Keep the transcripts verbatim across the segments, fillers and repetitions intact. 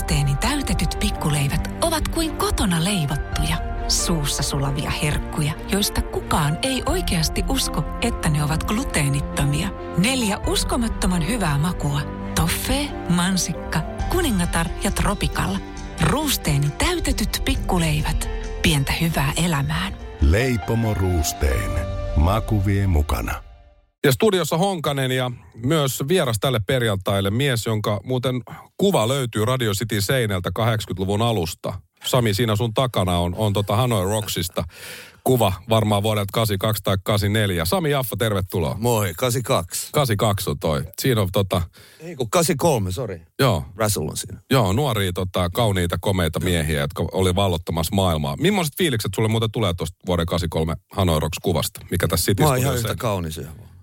Ruusteeni täytetyt pikkuleivät ovat kuin kotona leivottuja. Suussa sulavia herkkuja, joista kukaan ei oikeasti usko, että ne ovat gluteenittomia. Neljä uskomattoman hyvää makua. Toffee, mansikka, kuningatar ja tropikalla. Ruusteeni täytetyt pikkuleivät. Pientä hyvää elämään. Leipomo Ruusteen. Maku vie mukana. Ja studiossa Honkanen ja myös vieras tälle perjantaille mies, jonka muuten kuva löytyy Radio City seinältä kahdeksankymmentäluvun alusta. Sami, siinä sun takana on, on tota Hanoi Rocksista kuva varmaan vuodelta kahdeksankymmentäkaksi tai kahdeksankymmentäneljä. Sami Jaffa, tervetuloa. Moi, kahdeksankymmentäkaksi. kahdeksankymmentäkaksi on toi. Siinä on tota... Ei kun kahdeksankymmentäkolme, sori. Joo. Russell on siinä. Joo, nuoria tota, kauniita, komeita miehiä, jotka oli vallottamassa maailmaa. Millaiset fiilikset sulle muuten tulee tuosta vuoden kahdeksankymmentäkolme Hanoi Rocks kuvasta, mikä tässä City Mä oon Studiossa ihan yhtä kaunis.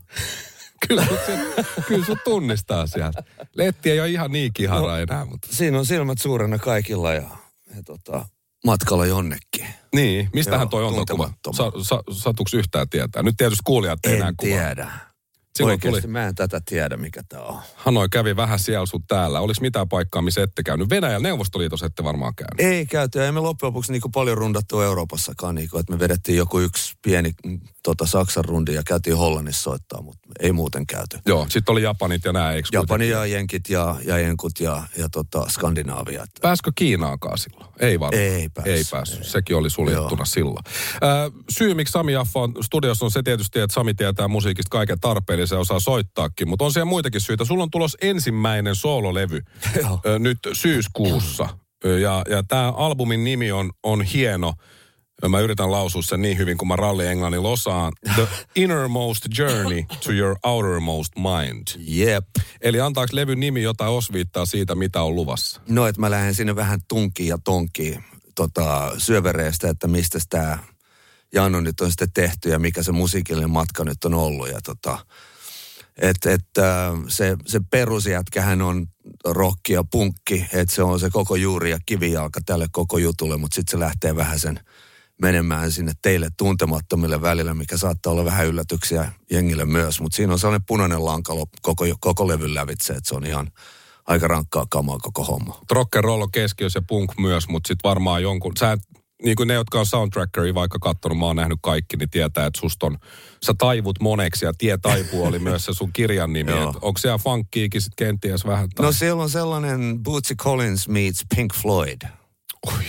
Kyllä sut, kyllä sut tunnistaa sieltä. Letti ei ole ihan niin kihara no, enää, mutta... Siinä on silmät suurena kaikilla ja, ja tota, matkalla jonnekin. Niin, mistähän toi on tuo kuva? Sa, sa, satuks yhtään tietää? Nyt tietysti kuulijat ei enää kuvaa. En tiedä. Silloin Oikeasti tuli... mä en tätä tiedä, mikä tää on. Hanoi kävi vähän siellä sun täällä. Olis mitään paikkaa, missä ette käynyt? Venäjällä Neuvostoliitossa ette varmaan käynyt. Ei käyty. Ei me loppujen lopuksi niin paljon rundattu Euroopassakaan. Niin kuin, että me vedettiin joku yksi pieni tota, Saksan rundi ja käytiin Hollannissa soittaa, mutta ei muuten käyty. Joo, sitten oli Japanit ja nää, eikö Japani ja Jenkit ja, ja Jenkut ja, ja tota, Skandinaavia. Pääskö Kiinaakaan silloin? Ei varmaan. Ei päässyt. Ei päässyt. Ei. Sekin oli suljettuna Joo. silloin. Äh, syy, miksi Sami Jaffa on studiossa on se tietysti, että Sami tietää musiikista kaiken tarpeellisen ja osaa soittaakin, mutta on siellä muitakin syitä. Sulla on tulossa ensimmäinen soololevy äh, nyt syyskuussa ja, ja tämä albumin nimi on, on hieno. Mä yritän lausua sen niin hyvin, kun mä ralli englannilla osaan. The Innermost Journey to Your Outermost Mind. Jep. Eli antaako levyn nimi jotain osviittaa siitä, mitä on luvassa? No, että mä lähden sinne vähän tunkiin ja tonkiin tota, syövereistä, että mistä tämä Janno nyt on sitten tehty ja mikä se musiikillinen matka nyt on ollut. Ja tota, että et, se, se perusjätkähän on rockki ja punkki, että se on se koko juuri ja kivijalka tälle koko jutulle, mutta sitten se lähtee vähän sen menemään sinne teille tuntemattomille välillä, mikä saattaa olla vähän yllätyksiä jengille myös. Mutta siinä on sellainen punainen lanka koko, koko levyn lävitse, että se on ihan aika rankkaa kamaa koko homma. Rock and roll on keskiössä ja punk myös, mutta sitten varmaan jonkun... Sä, niin kuin ne, jotka on soundtrackeria vaikka katsonut, mä oon nähnyt kaikki, niin tietää, että susta on... Sä taivut moneksi ja Tie taipuu oli myös se sun kirjan nimi. Onko siellä funkkiikin sitten kenties vähän? Tai... No siellä on sellainen Bootsy Collins meets Pink Floyd. Oi...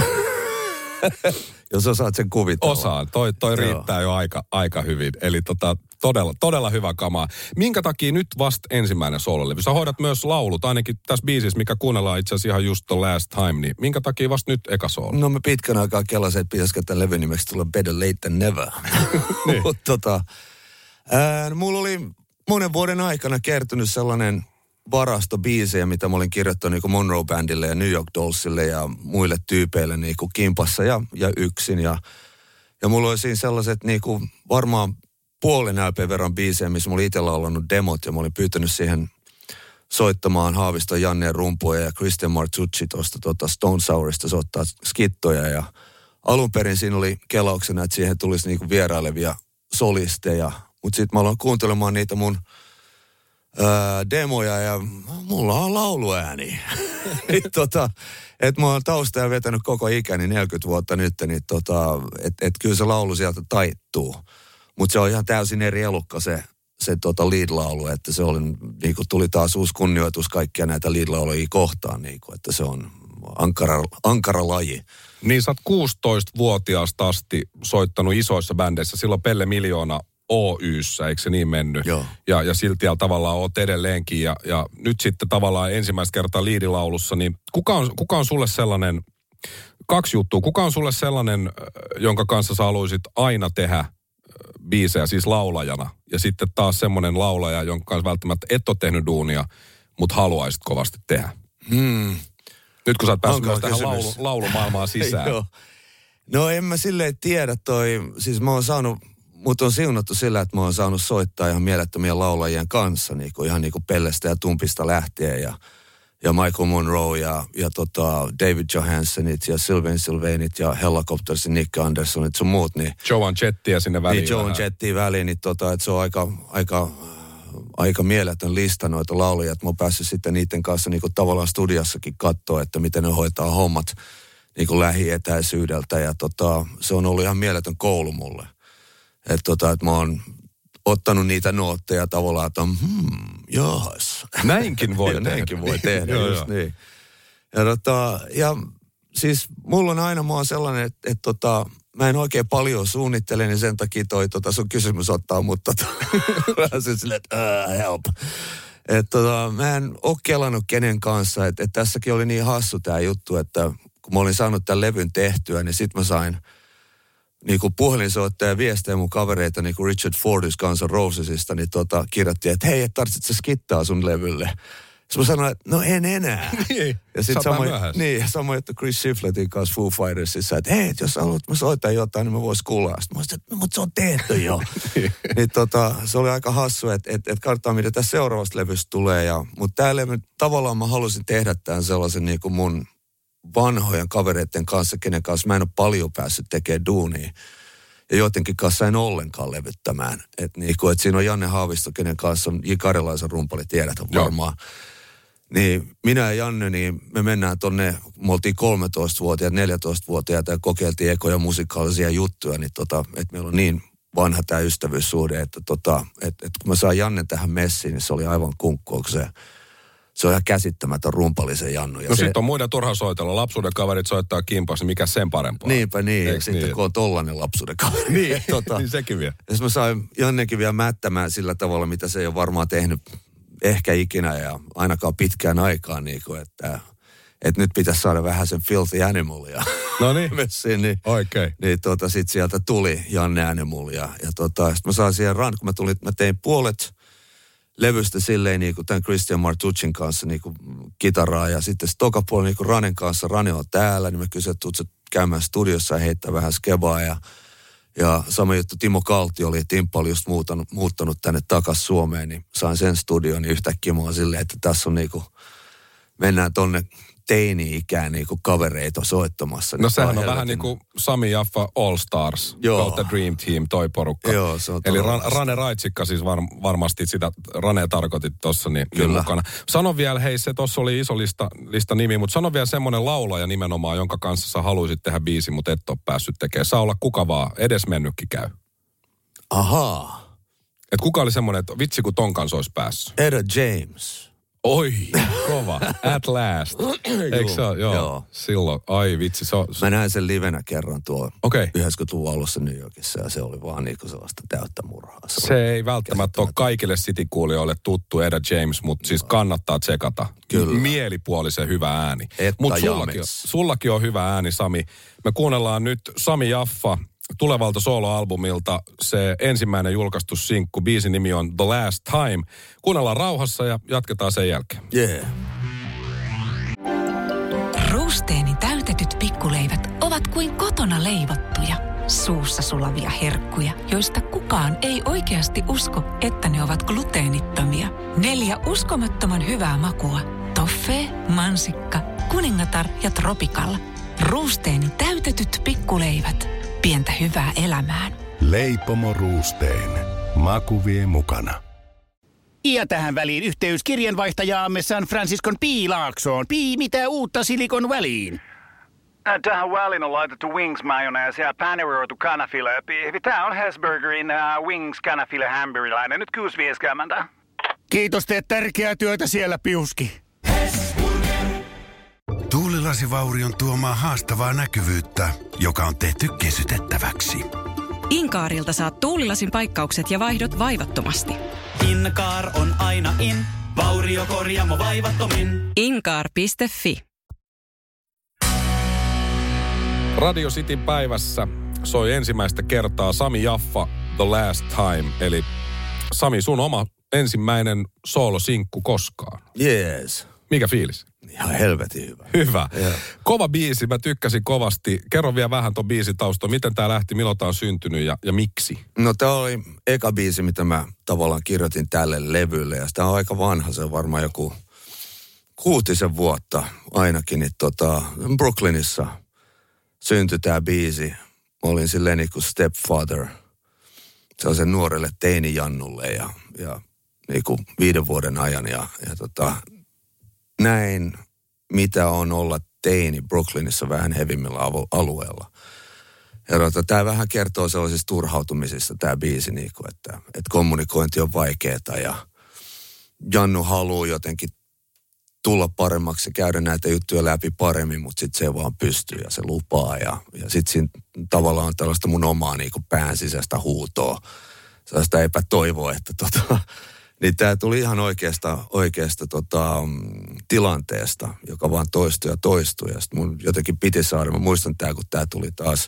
Jos osaat sen kuvitella. Osaan. Toi, toi riittää jo aika, aika hyvin. Eli tota, todella, todella hyvä kamaa. Minkä takia nyt vasta ensimmäinen soololevy? Sä hoidat myös laulut, ainakin tässä biisissä, mikä kuunnellaan itse asiassa ihan just The Last Time. Niin minkä takia vasta nyt eka soolo? No me pitkän aikaa kelasin, että pitäisikö tämän levyn nimeksi tulla Better Late Than Never. niin. tota, ää, mulla oli monen vuoden aikana kertynyt sellainen... varasto biisejä, mitä mä olin kirjoittanut niin kuin Monroe-bändille ja New York Dollsille ja muille tyypeille niin kuin kimpassa ja, ja yksin. Ja, ja mulla oli siinä sellaiset niin kuin varmaan puolen L P verran biisejä, missä mulla itsellä on ollut demot ja mä olin pyytänyt siihen soittamaan Haaviston Janneen rumpuja ja Christian Martucci tuosta tota Stone Sourista soittaa skittoja. Ja alun perin siinä oli kelauksena, että siihen tulisi niin kuin vierailevia solisteja. Mutta sitten mä aloin kuuntelemaan niitä mun Öö, demoja ja mulla on lauluääni. niin, tota, että mä oon taustaa vetänyt koko ikäni neljäkymmentä vuotta nyt, niin tota, että et kyllä se laulu sieltä taittuu. Mutta se on ihan täysin eri elukka se, se tota lead-laulu, että se oli, niinku, tuli taas uusi kunnioitus kaikkia näitä lead-laulujia kohtaan, niinku, että se on ankara, ankara laji. Niin sä oot kuusitoistavuotiaasta asti soittanut isoissa bändeissä, silloin Pelle Miljoona Oyssä, eikö se niin mennyt? Joo. Ja, ja silti tavallaan oot edelleenkin. Ja, ja nyt sitten tavallaan ensimmäistä kertaa liidilaulussa, niin kuka on, kuka on sulle sellainen, kaksi juttua, kuka on sulle sellainen, jonka kanssa sä haluaisit aina tehdä biisejä, siis laulajana? Ja sitten taas semmoinen laulaja, jonka kanssa välttämättä et ole tehnyt duunia, mutta haluaisit kovasti tehdä. Hmm. Nyt kun sä oot päässyt myös tähän laulu, laulumaailmaan sisään. Joo. No en mä silleen tiedä toi, siis mä oon saanut... Mut on siunattu sillä, että mä oon saanut soittaa ihan mielettömien laulajien kanssa, niin kuin, ihan niin kuin Pellestä ja Tumpista lähtien ja, ja Michael Monroe ja, ja tota David Johanssonit ja Sylvain Sylvainit ja Hellacoptersin Nick Andersonit sun muut. Niin, Joan Jettiä sinne väliin. Niin Joan Jettiä väliin, niin tota, että se on aika, aika aika mieletön lista noita laulajia, että mä oon päässyt sitten niiden kanssa niin kuin tavallaan studiossakin katsoa, että miten ne hoitaa hommat niin kuin lähietäisyydeltä. Ja tota, se on ollut ihan mieletön koulu mulle. Että tota, et mä oon ottanut niitä nootteja tavallaan, että hmm, jaas. Näinkin voi tehdä. Näinkin voi tehdä, joo, just joo. niin. Ja, tota, ja siis mulla on aina, mä oon sellainen, että et, tota, mä en oikein paljon suunnittele, niin sen takia toi tota, sun kysymys ottaa mut tota, vähän silleen, että uh, help. Että tota, mä en oo kelannut kenen kanssa, että et tässäkin oli niin hassu tää juttu, että kun mä olin saanut tämän levyn tehtyä, niin sit mä sain niinku puhelinsoittaja viestejä mun kavereita niinku Richard Fordis Guns N' Rosesista, niin tota, kirjoittiin, että hei, et tarvitset sä skittaa sun levylle. Sitten mä sanoin, että no en enää. Niin, ja sitten sama, niin, sama juttu Chris Shiflettin kanssa Foo Fightersissa, että hei, jos haluat mä soitan jotain, niin mä vois kuulla. Sitten mä sanoin, että no, mutta se on tehty jo. niin tota, se oli aika hassu, että et, et katsotaan, mitä tässä seuraavasta levystä tulee. Ja, mutta tää levy, tavallaan mä halusin tehdä tämän sellaisen niin kuin mun vanhojen kavereiden kanssa, kenen kanssa mä en ole paljon päässyt tekemään duunia. Ja jotenkin kanssa en ollenkaan levyttämään. Että niinku, et siinä on Janne Haavisto, kenen kanssa on J. Karjalaisen rumpali, tiedät varmaan. Niin minä ja Janne, niin me mennään tonne, me oltiin kolmetoistavuotiaat, neljätoistavuotiaita ja kokeiltiin ekoja musikaalisia juttuja, niin tota, että meillä on niin vanha tämä ystävyyssuhde, että tota, että et kun mä saan Janne tähän messiin, niin se oli aivan kunkkua, kun se, se on ihan käsittämätön rumpallisen Jannu. Ja no se, sitten on muiden turha soitella. Lapsuuden kaverit soittaa kimpas, niin mikä sen parempaa? Niinpä niin, ja niin? sitten kun on tollainen lapsuuden kaveri. niin, tota, niin sekin vielä. Ja mä sain Jannekin vielä mättämään sillä tavalla, mitä se ei ole varmaan tehnyt ehkä ikinä ja ainakaan pitkään aikaan, niin kuin, että, että nyt pitäisi saada vähän sen Filthy Animalia. No niin, messiin, niin, oikein. Niin tota, sitten sieltä tuli Janne Animal ja, ja tota, sitten mä sain siihen ran, kun mä tulin, mä tein puolet levystä silleen niin kuin tämän Christian Martuccin kanssa niin kuin kitaraa ja sitten se toka puoli niin kuin Ranen kanssa, Rane on täällä, niin mä kysyin, että tuut sä käymään studiossa ja heittää vähän skebaa ja Ja sama juttu Timo Kalti oli, että Timppa oli just muuttanut, muuttanut tänne takaisin Suomeen, niin sain sen studion, niin yhtäkkiä mä oon silleen, että tässä on niinku, mennään tonne teini-ikään niinku kavereita soittamassa. No sehän on vähän niin kuin Sami Jaffa All Stars, kautta Dream Team, toi porukka. Joo, se on eli Ran, Rane Raitsikka siis var, varmasti sitä, Rane tarkoitit tuossa niin, niin mukana. Sano vielä, hei se tuossa oli iso lista, lista nimi, mutta sano vielä semmoinen laulaja nimenomaan, jonka kanssa sä haluisit tehdä biisi, mutta et ole päässyt tekemään. Saa olla kuka vaan, edes mennytkin käy. Ahaa. Et kuka oli semmoinen, että vitsi kun ton kanssa olisi päässyt? Etta James. Oi, kova. At last. Eikö se ole? Joo. Joo. Silloin, ai vitsi. Se on... Mä näin sen livenä kerran tuolla okay. yhdeksänkymmentäluvun alussa New Yorkissa ja se oli vaan niinku sellaista täyttä murhaa. Se, se ei välttämättä ole kaikille citykuulijoille tuttu Etta James, mutta siis kannattaa tsekata. Kyllä. Mielipuolisen hyvä ääni. Mutta sullakin, sullakin on hyvä ääni, Sami. Me kuunnellaan nyt Sami Jaffa tulevalta soloalbumilta se ensimmäinen julkaistu sinkku. Biisin nimi on The Last Time. Kuunnellaan rauhassa ja jatketaan sen jälkeen. Yeah. Ruusteeni täytetyt pikkuleivät ovat kuin kotona leivottuja, suussa sulavia herkkuja, joista kukaan ei oikeasti usko, että ne ovat gluteenittomia. Neljä uskomattoman hyvää makua. Toffee, mansikka, kuningatar ja tropikalla. Ruusteeni täytetyt pikkuleivät. Pientä hyvää elämään. Leipomo Ruusteen. Maku vie mukana. Ja tähän väliin yhteys kirjanvaihtajaamme San Franciscon Piilaaksoon. Pii, mitä uutta Silikon väliin? Tähän väliin on laitettu wings mayonnaise ja paneroitu kanafila. Tämä on Hesburgerin uh, wings kanafila hamburilainen. Nyt kuusi vieskäämäntä. Kiitos, teet tärkeää työtä siellä, Piuski. Tuulilasivaurion tuomaa haastavaa näkyvyyttä, joka on tehty kesytettäväksi. Inkaarilta saat tuulilasin paikkaukset ja vaihdot vaivattomasti. Inkaar on aina in, vauriokorjaamo vaivattomin. Inkaar piste fi. Radio Cityn päivässä soi ensimmäistä kertaa Sami Jaffa The Last Time. Eli Sami, sun oma ensimmäinen soolosinkku koskaan. Yes. Mikä fiilis? Ihan helvetin hyvä. Hyvä. Yeah. Kova biisi, mä tykkäsin kovasti. Kerro vielä vähän ton biisin tausta. Miten tää lähti, milloin tää on syntynyt ja, ja miksi? No tää oli eka biisi, mitä mä tavallaan kirjoitin tälle levylle. Ja sitä on aika vanha, se on varmaan joku kuutisen vuotta ainakin. Niin tota, Brooklynissa syntyi tää biisi. Mä olin silleen niin kuin stepfather. Se on sen nuorelle teinijannulle ja, ja niin kuin viiden vuoden ajan ja, ja tota, näin, mitä on olla teini Brooklynissa vähän hevimmillä alueella. Ja tota, tämä vähän kertoo sellaisista turhautumisista, tämä biisi, niin kuin, että, että kommunikointi on vaikeaa ja Jannu haluaa jotenkin tulla paremmaksi ja käydä näitä juttuja läpi paremmin, mutta sitten se ei vaan pystyy ja se lupaa. Ja, ja sitten siinä tavallaan on tällaista mun omaa niin kuin pään sisäistä huutoa, sellaista epätoivoa, että tota, niin tämä tuli ihan oikeasta, oikeasta tota, tilanteesta, joka vaan toistui ja toistui. Ja sitten mun jotenkin piti saada, mä muistan tämä, kun tämä tuli taas,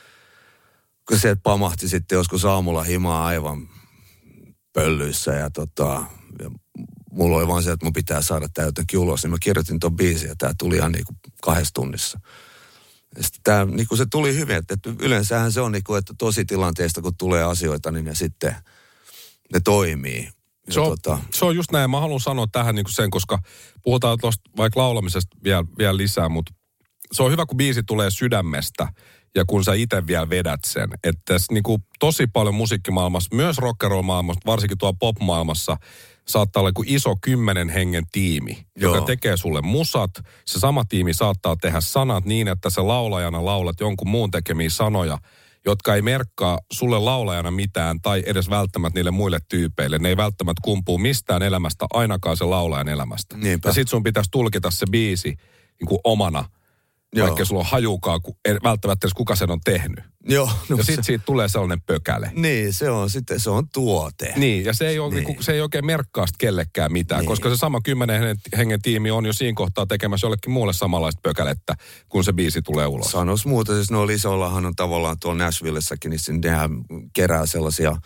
kun se pamahti sitten joskus aamulla himaa aivan pöllyissä ja tota, ja mulla oli vaan se, että mun pitää saada tämä jotenkin ulos, niin mä kirjoitin ton biisin ja tämä tuli ihan niinku kahdessa tunnissa. Ja sitten tämä, niinku se tuli hyvin, että, että yleensähän se on niinku, että tosi tilanteesta, kun tulee asioita, niin ne sitten, ne toimii. Se on, tota... se on just näin, mä haluan sanoa tähän niinku sen, koska puhutaan tuosta vaikka laulamisesta vielä, vielä lisää, mutta se on hyvä, kun biisi tulee sydämestä ja kun sä itse vielä vedät sen. Että tässä niinku tosi paljon musiikkimaailmassa, myös rock'n'roll-maailmassa, varsinkin tuolla pop-maailmassa, saattaa olla kuin iso kymmenen hengen tiimi, Joo. joka tekee sulle musat. Se sama tiimi saattaa tehdä sanat niin, että sä laulajana laulat jonkun muun tekemiä sanoja, jotka ei merkkaa sulle laulajana mitään tai edes välttämättä niille muille tyypeille. Ne ei välttämättä kumpuu mistään elämästä, ainakaan se laulajan elämästä. Niinpä. Ja sit sun pitäisi tulkita se biisi niin kuin omana, Joo. vaikka sulla on hajukaan, välttämättä edes kuka sen on tehnyt. Joo, no ja sitten siitä tulee sellainen pökäle. Niin, se on sitten, se on tuote. Niin, ja se ei, ole, niin. Niin, se ei oikein merkkaa kellekään mitään, niin. koska se sama kymmenen hengen, hengen tiimi on jo siinä kohtaa tekemässä jollekin muulle samanlaista pökälettä, kun se biisi tulee ulos. Sanois muuta, siis no Lisollahan on tavallaan tuolla Nashvillessäkin, niin nehän kerää sellaisia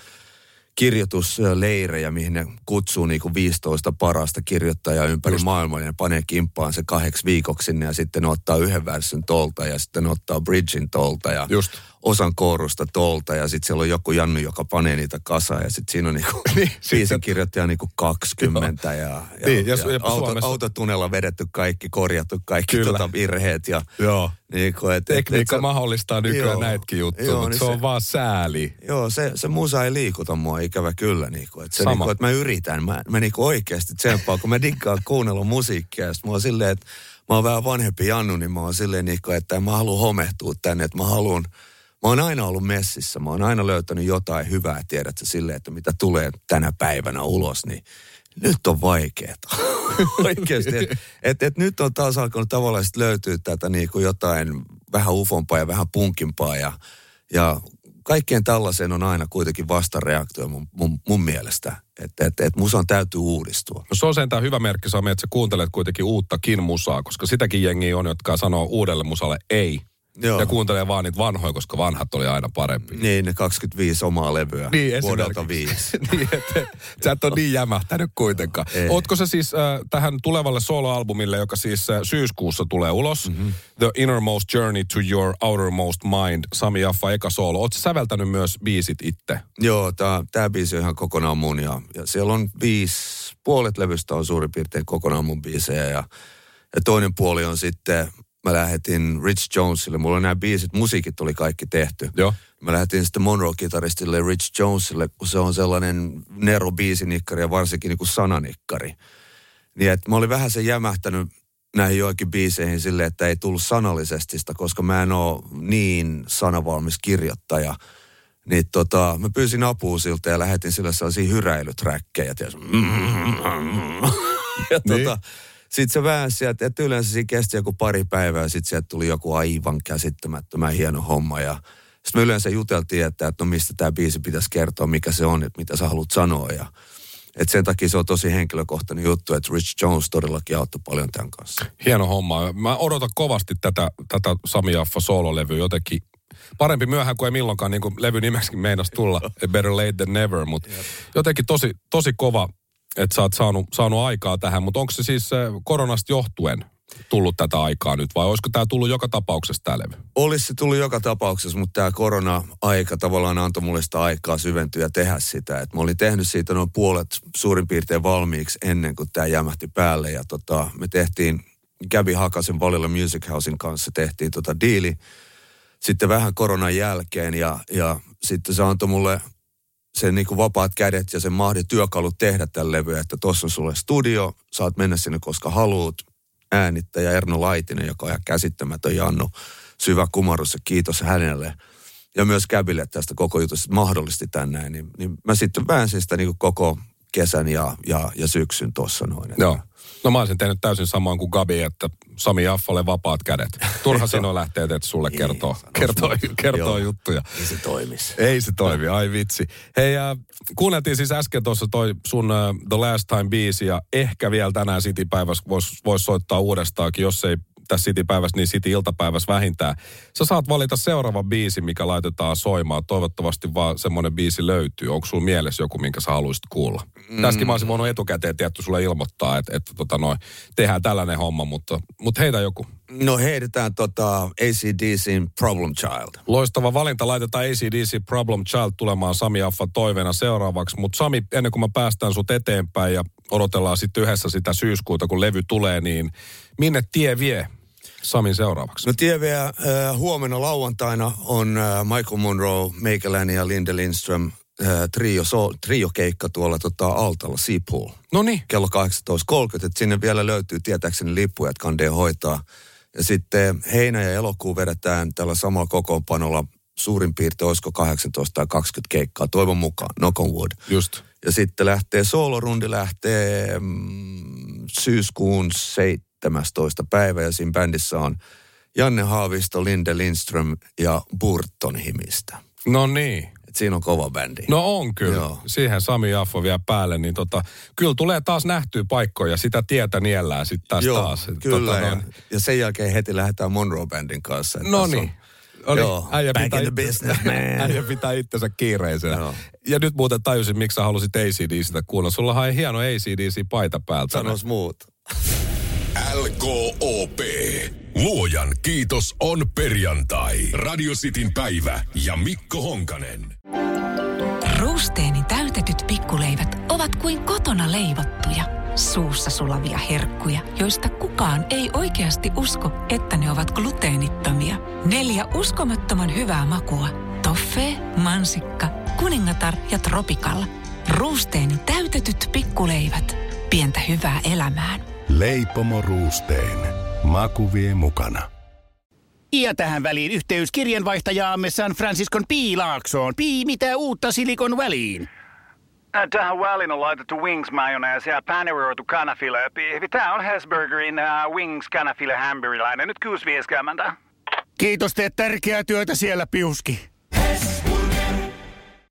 kirjoitusleirejä, mihin ne kutsuu niinku viisitoista parasta kirjoittajaa ympäri Just. maailman ja ne panee kimppaan se kahdeksi viikoksi sinne ja sitten ne ottaa yhden värsyn tolta ja sitten ne ottaa bridgin tolta ja Just. osan koorusta tolta ja sitten siellä on joku Jannu, joka panee niitä kasaan ja sitten siinä on niinku niin, biisin kirjoittaja niinku kaksikymmentä ja, ja, niin, ja, ja, ja auto, Suomessa... autotunnella vedetty kaikki, korjattu kaikki tota virheet ja Joo. Niinku, et, tekniikka et, et, mahdollistaa nykyään joo, näitäkin juttuja, joo, mutta niin se on se, vaan sääli. Joo, se, se musa ei liikuta mua ikävä kyllä. Niinku, et se niinku, että mä yritän, mä, mä niinku oikeasti tsemppaan, kun mä diggaan kuunnella musiikkia. Ja mä oon silleen, että mä oon vähän vanhempi Jannu, niin mä oon silleen, niinku, että mä haluan homehtua tänne. Että mä haluan, mä oon aina ollut messissä. Mä oon aina löytänyt jotain hyvää, tiedätkö, silleen, että mitä tulee tänä päivänä ulos, niin nyt on vaikeeta. Oikeasti. Että et, et nyt on taas alkanut tavallaan löytyä tätä niinku jotain vähän ufompaa ja vähän punkimpaa. Ja, ja kaikkeen tällaiseen on aina kuitenkin vastareaktio mun, mun, mun mielestä. Että et, et musan täytyy uudistua. No se on sentään hyvä merkki, Sami, että sä kuuntelet kuitenkin uuttakin musaa, koska sitäkin jengiä on, jotka sanoo uudelle musalle ei. Joo. Ja kuuntelee vaan niitä vanhoja, koska vanhat oli aina parempi. Niin, ne kaksikymmentäviisi omaa levyä niin, vuodelta viisi. niin, että sä et ole niin jämähtänyt kuitenkaan. Ei. Ootko se siis äh, tähän tulevalle soloalbumille, joka siis äh, syyskuussa tulee ulos, mm-hmm. The Innermost Journey to Your Outermost Mind, Sami Jaffa eka solo. Ootko sä säveltänyt myös biisit itse? Joo, tää, tää biisi on ihan kokonaan mun ja, ja siellä on viisi, puolet levystä on suurin piirtein kokonaan mun biisejä ja, ja toinen puoli on sitten... Mä lähetin Rich Jonesille, mulla on nämä biisit, musiikit oli kaikki tehty. Joo. Mä lähetin sitten Monroe-kitaristille Rich Jonesille, kun se on sellainen nero-biisinikkari ja varsinkin niin kuin sananikkari. Niin että mä olin vähän sen jämähtänyt näihin joikin biiseihin silleen, että ei tullut sanallisesti sitä, koska mä en ole niin sanavalmis kirjoittaja. Niin tota, mä pyysin apua siltä ja lähetin sille sellaisia hyräilyträkkejä. Ja tota... Niin. Sitten se väänsi sieltä, että yleensä siinä kesti joku pari päivää ja sitten sieltä tuli joku aivan käsittämättömän hieno homma. Ja sitten me yleensä juteltiin, että, että no mistä tämä biisi pitäisi kertoa, mikä se on, että mitä sä haluat sanoa. Ja, että sen takia se on tosi henkilökohtainen juttu, että Rich Jones todellakin auttoi paljon tämän kanssa. Hieno homma. Mä odotan kovasti tätä, tätä Sami Jaffa soololevyä jotenkin. Parempi myöhään kuin ei milloinkaan, niin kuin levy nimeksikin meinasi tulla, Better Late Than Never, mutta jotenkin tosi, tosi kova. Että sä oot saanut, saanut aikaa tähän, mutta onko se siis koronasta johtuen tullut tätä aikaa nyt vai olisiko tämä tullut joka tapauksessa tämä levy? Olisi se tullut joka tapauksessa, mutta tämä korona-aika tavallaan antoi mulle sitä aikaa syventyä ja tehdä sitä. Et mä olin tehnyt siitä noin puolet suurin piirtein valmiiksi ennen kuin tämä jämähti päälle ja tota, me tehtiin, Gabby Hakasen Valilla Music Housein kanssa tehtiin tota diili sitten vähän koronan jälkeen ja, ja sitten se antoi mulle sen niin kuin vapaat kädet ja sen mahdin työkalut tehdä tämän levyä, että tuossa on sulle studio, saat mennä sinne koska haluut, äänittäjä Erno Laitinen, joka on ihan käsittämätön Jannu, syvä kumarus ja kiitos hänelle. Ja myös Käbille tästä koko jutusta mahdollisti tän näin, niin, niin mä sitten väänsin sitä niin kuin koko kesän ja, ja, ja syksyn tuossa noin. Joo. No mä olisin tehnyt täysin samoin kuin Gabi, että Sami Jaffalle vapaat kädet. Turha sinua lähtee, että sulle kertoo, kertoo, kertoo juttuja. Ei se toimisi. Ei se toimi, ai vitsi. Hei, äh, kuunneltiin siis äsken tuossa toi sun uh, The Last Time-biisi ja ehkä vielä tänään City-päivässä voisi vois soittaa uudestaankin, jos ei tässä City-päivässä, niin City-iltapäivässä vähintään. Sä saat valita seuraavan biisi, mikä laitetaan soimaan. Toivottavasti vaan semmoinen biisi löytyy. Onko sulla mielessä joku, minkä sä haluaisit kuulla? Mm. Tässäkin mä olisin voinut etukäteen tietty sulle ilmoittaa, että, että tota noin, tehdään tällainen homma, mutta, mutta heitä joku. No heitetään tota A C D C:n Problem Child. Loistava valinta. Laitetaan A C D C Problem Child tulemaan Sami Jaffan toiveena seuraavaksi. Mutta Sami, ennen kuin mä päästään sut eteenpäin ja odotellaan sitten yhdessä sitä syyskuuta, kun levy tulee, niin minne tie vie Samin seuraavaksi? No tie vie, äh, huomenna lauantaina on äh, Michael Monroe, Meikäläinen ja Linda Lindström äh, trio, so, trio-keikka tuolla tota, Altalla, Seapool. No niin. Kello kahdeksantoista kolmekymmentä, että sinne vielä löytyy tietääkseni lippuja, että kandee hoitaa. Ja sitten heinä ja elokuu vedetään tällä samalla kokoonpanolla suurin piirtein, olisiko kahdeksantoista tai kaksikymmentä keikkaa, toivon mukaan, knock on wood. Just. Ja sitten lähtee, soolorundi lähtee mm, syyskuun seitsemästoista päivä ja siinä bändissä on Janne Haavisto, Linde Lindström ja Burton Himistä. No niin. Et siinä on kova bändi. No on kyllä. Joo. Siihen Sami Jaffa vielä päälle, niin tota, kyllä tulee taas nähtyä paikkoja, sitä tietä niellään sitten taas Joo, taas. kyllä. Tota, ja, ja sen jälkeen heti lähdetään Monroe-bändin kanssa. No niin. Oli, joo, äijä back pitää, in the business, man. Äijä pitää itsensä kiireisenä. Joo. Ja nyt muuten tajusin, miksi sä halusit A C D C:tä kuulla. Sullahan on hieno A C D C-paita päältä. Sanois muut. L K O P. Luojan kiitos on perjantai. Radio Cityn päivä ja Mikko Honkanen. Ruusteeni täytetyt pikkuleivät ovat kuin kotona leivottuja, suussa sulavia herkkuja, joista kukaan ei oikeasti usko, että ne ovat gluteenittomia. Neljä uskomattoman hyvää makua. Toffee, mansikka, kuningatar ja tropikalla. Ruusteeni täytetyt pikkuleivät. Pientä hyvää elämään. Leipomo Ruusteen. Maku vie mukana. Ja tähän väliin yhteys kirjanvaihtajaamme San Franciscon Piilaaksoon. Pii, mitä uutta Silikon väliin? Tähän väliin on laitettu wings mayonnaise ja paneroitu kanafila. Tämä on Hesburgerin uh, wings kanafila hamburilainen. Nyt kuusi viisikymmentä. Kiitos, teet tärkeää työtä siellä, Piuski.